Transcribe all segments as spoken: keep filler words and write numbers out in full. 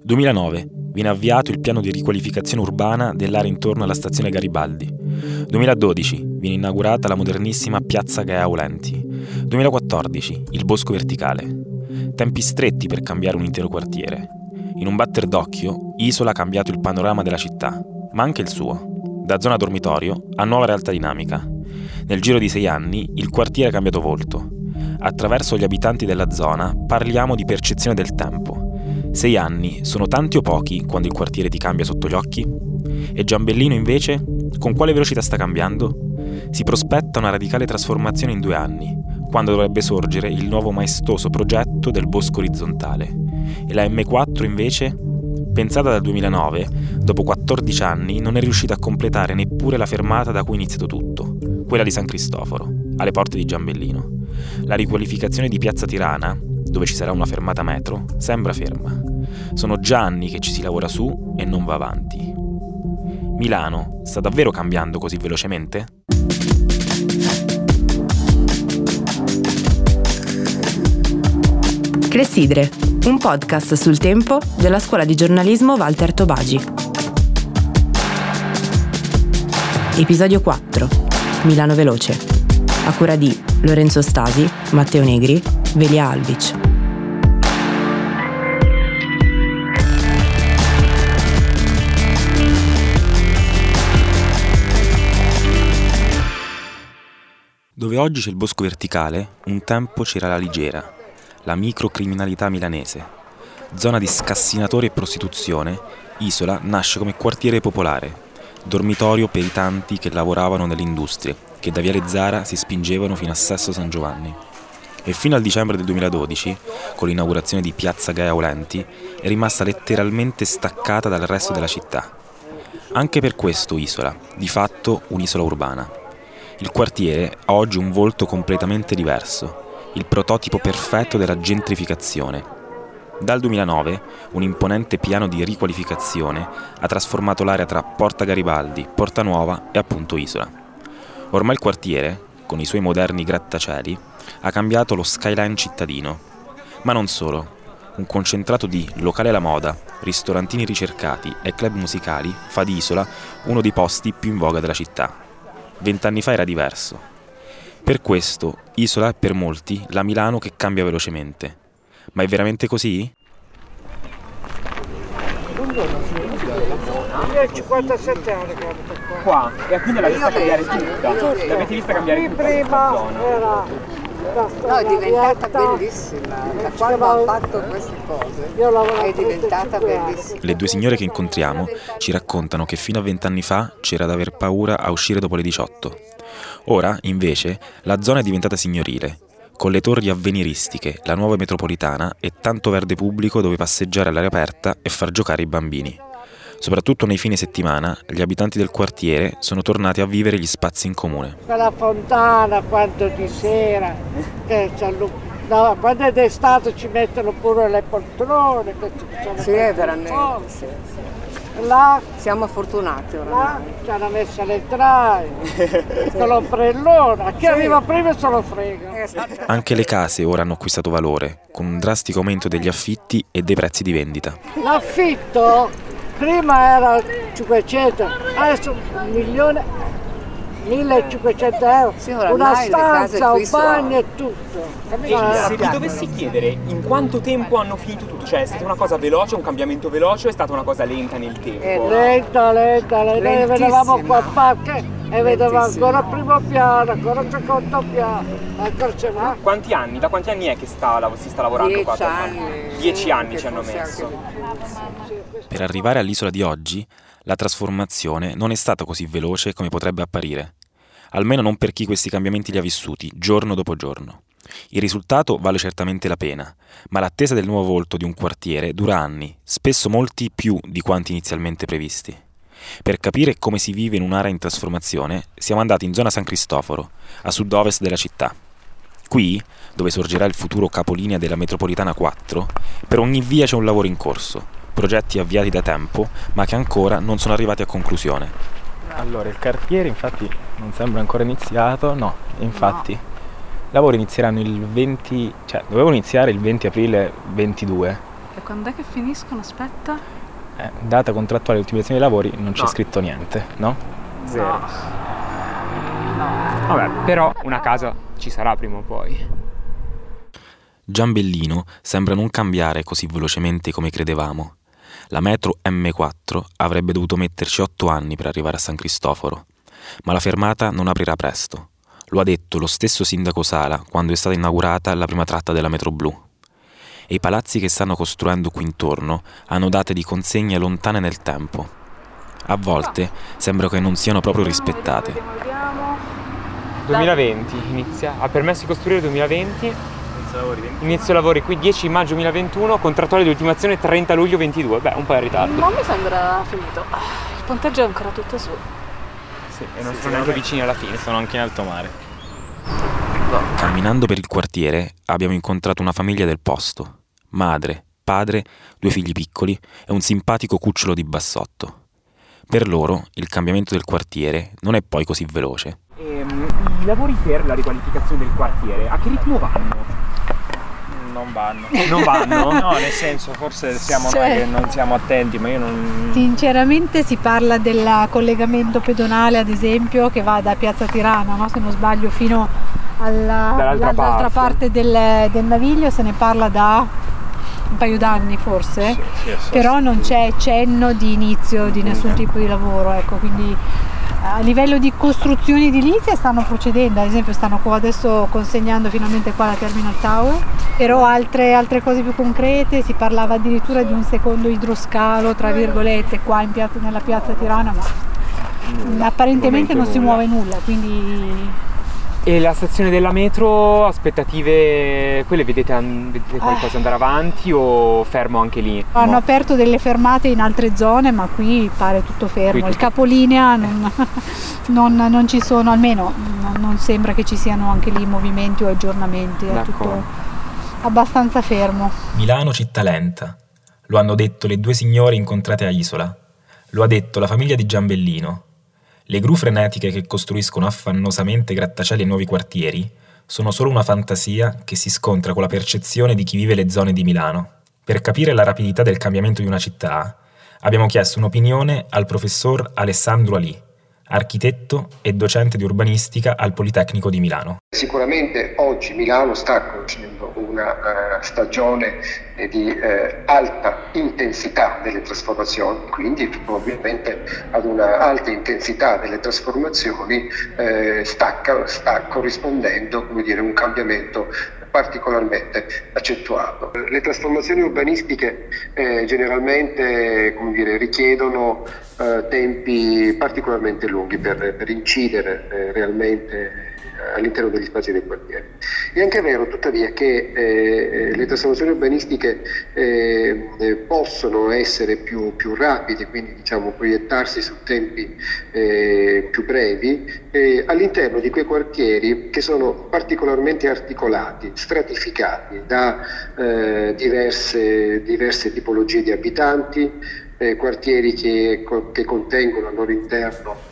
duemilanove. Viene avviato il piano di riqualificazione urbana dell'area intorno alla stazione Garibaldi. duemiladodici. Viene inaugurata la modernissima Piazza Gaia Aulenti. duemilaquattordici. Il Bosco Verticale. Tempi stretti per cambiare un intero quartiere. In un batter d'occhio, Isola ha cambiato il panorama della città, ma anche il suo. Da zona dormitorio a nuova realtà dinamica. Nel giro di sei anni il quartiere ha cambiato volto. Attraverso gli abitanti della zona parliamo di percezione del tempo. Sei anni sono tanti o pochi quando il quartiere ti cambia sotto gli occhi? E Giambellino invece? Con quale velocità sta cambiando? Si prospetta una radicale trasformazione in due anni, quando dovrebbe sorgere il nuovo maestoso progetto del Bosco Orizzontale. E la emme quattro invece? Pensata dal duemilanove, dopo quattordici anni non è riuscita a completare neppure la fermata da cui è iniziato tutto, quella di San Cristoforo, alle porte di Giambellino. La riqualificazione di Piazza Tirana, dove ci sarà una fermata metro, sembra ferma. Sono già anni che ci si lavora su e non va avanti. Milano sta davvero cambiando così velocemente? Clessidre, un podcast sul tempo della scuola di giornalismo Walter Tobagi. Episodio quattro. Milano Veloce. A cura di Lorenzo Stasi, Matteo Negri, Velia Albic. Dove oggi c'è il Bosco Verticale, un tempo c'era la Ligera, la microcriminalità milanese. Zona di scassinatori e prostituzione, Isola nasce come quartiere popolare, dormitorio per i tanti che lavoravano nelle industrie, che da Viale Zara si spingevano fino a Sesto San Giovanni. E fino al dicembre del duemiladodici, con l'inaugurazione di Piazza Gaia Aulenti, è rimasta letteralmente staccata dal resto della città. Anche per questo Isola, di fatto un'isola urbana. Il quartiere ha oggi un volto completamente diverso, il prototipo perfetto della gentrificazione. Dal duemilanove, un imponente piano di riqualificazione ha trasformato l'area tra Porta Garibaldi, Porta Nuova e appunto Isola. Ormai il quartiere, con i suoi moderni grattacieli, ha cambiato lo skyline cittadino. Ma non solo. Un concentrato di locali alla moda, ristorantini ricercati e club musicali fa di Isola uno dei posti più in voga della città. Vent'anni fa era diverso. Per questo, Isola è per molti la Milano che cambia velocemente. Ma è veramente così? Io ho cinquantasette anni che abito qua. Qua? E quindi l'avete vista cambiare tutta? L'avete vista cambiare tutta prima questa zona? era No, è diventata bellissima. Da quando ho fatto queste cose è diventata bellissima. Le due signore che incontriamo ci raccontano che fino a vent'anni fa c'era da aver paura a uscire dopo le diciotto. Ora, invece, la zona è diventata signorile, con le torri avveniristiche, la nuova metropolitana e tanto verde pubblico dove passeggiare all'aria aperta e far giocare i bambini. Soprattutto nei fine settimana, gli abitanti del quartiere sono tornati a vivere gli spazi in comune. Quella fontana, quando di sera, che no, quando è d'estate ci mettono pure le poltrone. Che sono sì, è veramente. Sì, sì. Là, siamo fortunati ora. Là ci hanno messo le traie, con l'ombrellone. Chi sì. arriva prima se lo frega. Esatto. Anche le case ora hanno acquistato valore, con un drastico aumento degli affitti e dei prezzi di vendita. L'affitto prima era cinquecento, adesso un milione, millecinquecento euro, sì, una stanza, un bagno e tutto. E se vi dovessi chiedere in quanto tempo hanno finito tutto, cioè è stata una cosa veloce, un cambiamento veloce o è stata una cosa lenta nel tempo? È lenta, lenta, lenta, noi vedevamo qua al parco e vedevamo ancora il primo piano, ancora il secondo piano, ancora c'è va. Quanti anni? Da quanti anni è che sta, si sta lavorando Dieci qua? Anni. Dieci anni ci hanno messo. Per arrivare all'isola di oggi, la trasformazione non è stata così veloce come potrebbe apparire. Almeno non per chi questi cambiamenti li ha vissuti, giorno dopo giorno. Il risultato vale certamente la pena, ma l'attesa del nuovo volto di un quartiere dura anni, spesso molti più di quanti inizialmente previsti. Per capire come si vive in un'area in trasformazione, siamo andati in zona San Cristoforo, a sud-ovest della città. Qui, dove sorgerà il futuro capolinea della metropolitana quattro, per ogni via c'è un lavoro in corso, progetti avviati da tempo, ma che ancora non sono arrivati a conclusione. Allora, il quartiere infatti non sembra ancora iniziato, no, infatti no. I lavori inizieranno il venti, cioè dovevano iniziare il venti aprile ventidue, quando è che finiscono? Aspetta. Eh, data contrattuale di ultimazione dei lavori non c'è No. scritto niente, no? Zero. No. No. Vabbè, però una casa ci sarà prima o poi. Giambellino sembra non cambiare così velocemente come credevamo. La metro emme quattro avrebbe dovuto metterci otto anni per arrivare a San Cristoforo, ma la fermata non aprirà presto. Lo ha detto lo stesso sindaco Sala quando è stata inaugurata la prima tratta della metro blu. E i palazzi che stanno costruendo qui intorno hanno date di consegne lontane nel tempo. A volte sembra che non siano proprio rispettate. Vediamo, vediamo. duemilaventi inizia, ha permesso di costruire duemilaventi. Inizio lavori qui dieci maggio duemilaventuno, contrattuale di ultimazione trenta luglio ventidue. Beh, un po' in ritardo. Non mi sembra finito. Il ponteggio è ancora tutto su. Sì, e non sono neanche vicini alla fine. Sono anche in alto mare. Camminando per il quartiere abbiamo incontrato una famiglia del posto. Madre, padre, due figli piccoli e un simpatico cucciolo di bassotto. Per loro il cambiamento del quartiere non è poi così veloce. Ehm, I lavori per la riqualificazione del quartiere, a che ritmo vanno? Non vanno. Non vanno? No, nel senso, forse siamo Cioè- noi che non siamo attenti, ma io non... Sinceramente si parla del collegamento pedonale, ad esempio, che va da Piazza Tirana, no? Se non sbaglio, fino alla, Dall'altra all'altra parte. parte del, del Naviglio, se ne parla da un paio d'anni forse, Sì, sì, so- però non c'è cenno di inizio di nessun tipo di lavoro, ecco, quindi a livello di costruzioni edilizie stanno procedendo, ad esempio stanno qua adesso consegnando finalmente qua la Terminal Tower, però altre, altre cose più concrete, si parlava addirittura di un secondo idroscalo tra virgolette qua in piazza, nella piazza Tirana, ma apparentemente non si nulla. muove nulla, quindi E la stazione della metro, aspettative, quelle vedete, an- vedete qualcosa andare avanti o fermo anche lì? hanno No. aperto delle fermate in altre zone, ma qui pare tutto fermo. Qui Il tutto- capolinea non, non, non ci sono, almeno non, non sembra che ci siano anche lì movimenti o aggiornamenti, è D'accordo. tutto abbastanza fermo. Milano città lenta. Lo hanno detto le due signore incontrate a Isola. Lo ha detto la famiglia di Giambellino. Le gru frenetiche che costruiscono affannosamente grattacieli e nuovi quartieri sono solo una fantasia che si scontra con la percezione di chi vive le zone di Milano. Per capire la rapidità del cambiamento di una città, abbiamo chiesto un'opinione al professor Alessandro Ali, architetto e docente di urbanistica al Politecnico di Milano. Sicuramente oggi Milano sta conoscendo una uh, stagione eh, di eh, alta intensità delle trasformazioni, quindi probabilmente ad una alta intensità delle trasformazioni eh, sta, sta corrispondendo, come dire, un cambiamento particolarmente accentuato. Le trasformazioni urbanistiche eh, generalmente, come dire, richiedono eh, tempi particolarmente lunghi per, per incidere eh, realmente all'interno degli spazi del quartiere. È anche vero tuttavia che eh, le trasformazioni urbanistiche eh, eh, possono essere più, più rapide, quindi diciamo proiettarsi su tempi eh, più brevi eh, all'interno di quei quartieri che sono particolarmente articolati, stratificati da eh, diverse, diverse tipologie di abitanti, eh, quartieri che, che contengono al loro interno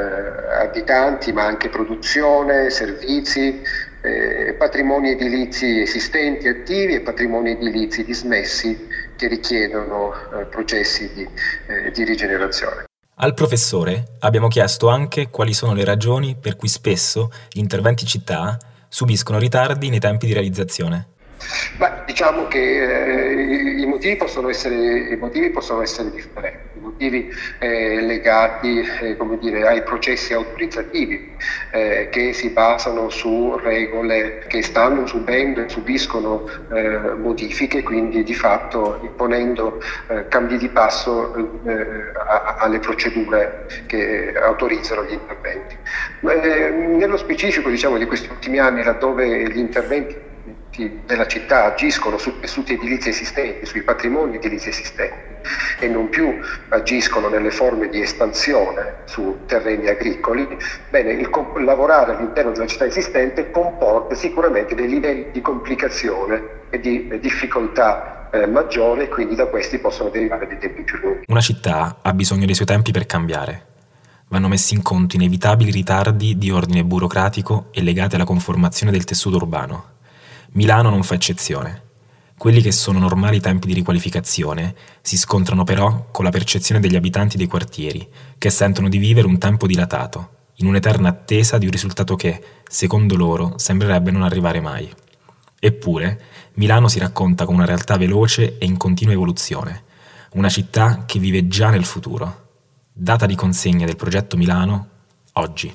Eh, abitanti, ma anche produzione, servizi, eh, patrimoni edilizi esistenti, attivi e patrimoni edilizi dismessi che richiedono eh, processi di, eh, di rigenerazione. Al professore abbiamo chiesto anche quali sono le ragioni per cui spesso gli interventi in città subiscono ritardi nei tempi di realizzazione. Beh, diciamo che eh, i motivi possono essere, i motivi possono essere differenti, i motivi eh, legati eh, come dire, ai processi autorizzativi eh, che si basano su regole che stanno subendo e subiscono eh, modifiche, quindi di fatto imponendo eh, cambi di passo eh, a, alle procedure che autorizzano gli interventi. Eh, nello specifico, diciamo, di questi ultimi anni, laddove gli interventi della città agiscono su tessuti edilizi esistenti, sui patrimoni edilizi esistenti e non più agiscono nelle forme di espansione su terreni agricoli, bene, il co- lavorare all'interno della città esistente comporta sicuramente dei livelli di complicazione e di eh, difficoltà eh, maggiore, e quindi da questi possono derivare dei tempi più lunghi. Una città ha bisogno dei suoi tempi per cambiare. Vanno messi in conto inevitabili ritardi di ordine burocratico e legati alla conformazione del tessuto urbano. Milano non fa eccezione. Quelli che sono normali tempi di riqualificazione si scontrano però con la percezione degli abitanti dei quartieri, che sentono di vivere un tempo dilatato, in un'eterna attesa di un risultato che, secondo loro, sembrerebbe non arrivare mai. Eppure, Milano si racconta come una realtà veloce e in continua evoluzione, una città che vive già nel futuro. Data di consegna del progetto Milano, oggi.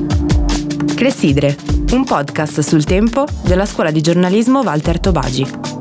Clessidre, un podcast sul tempo della scuola di giornalismo Walter Tobagi.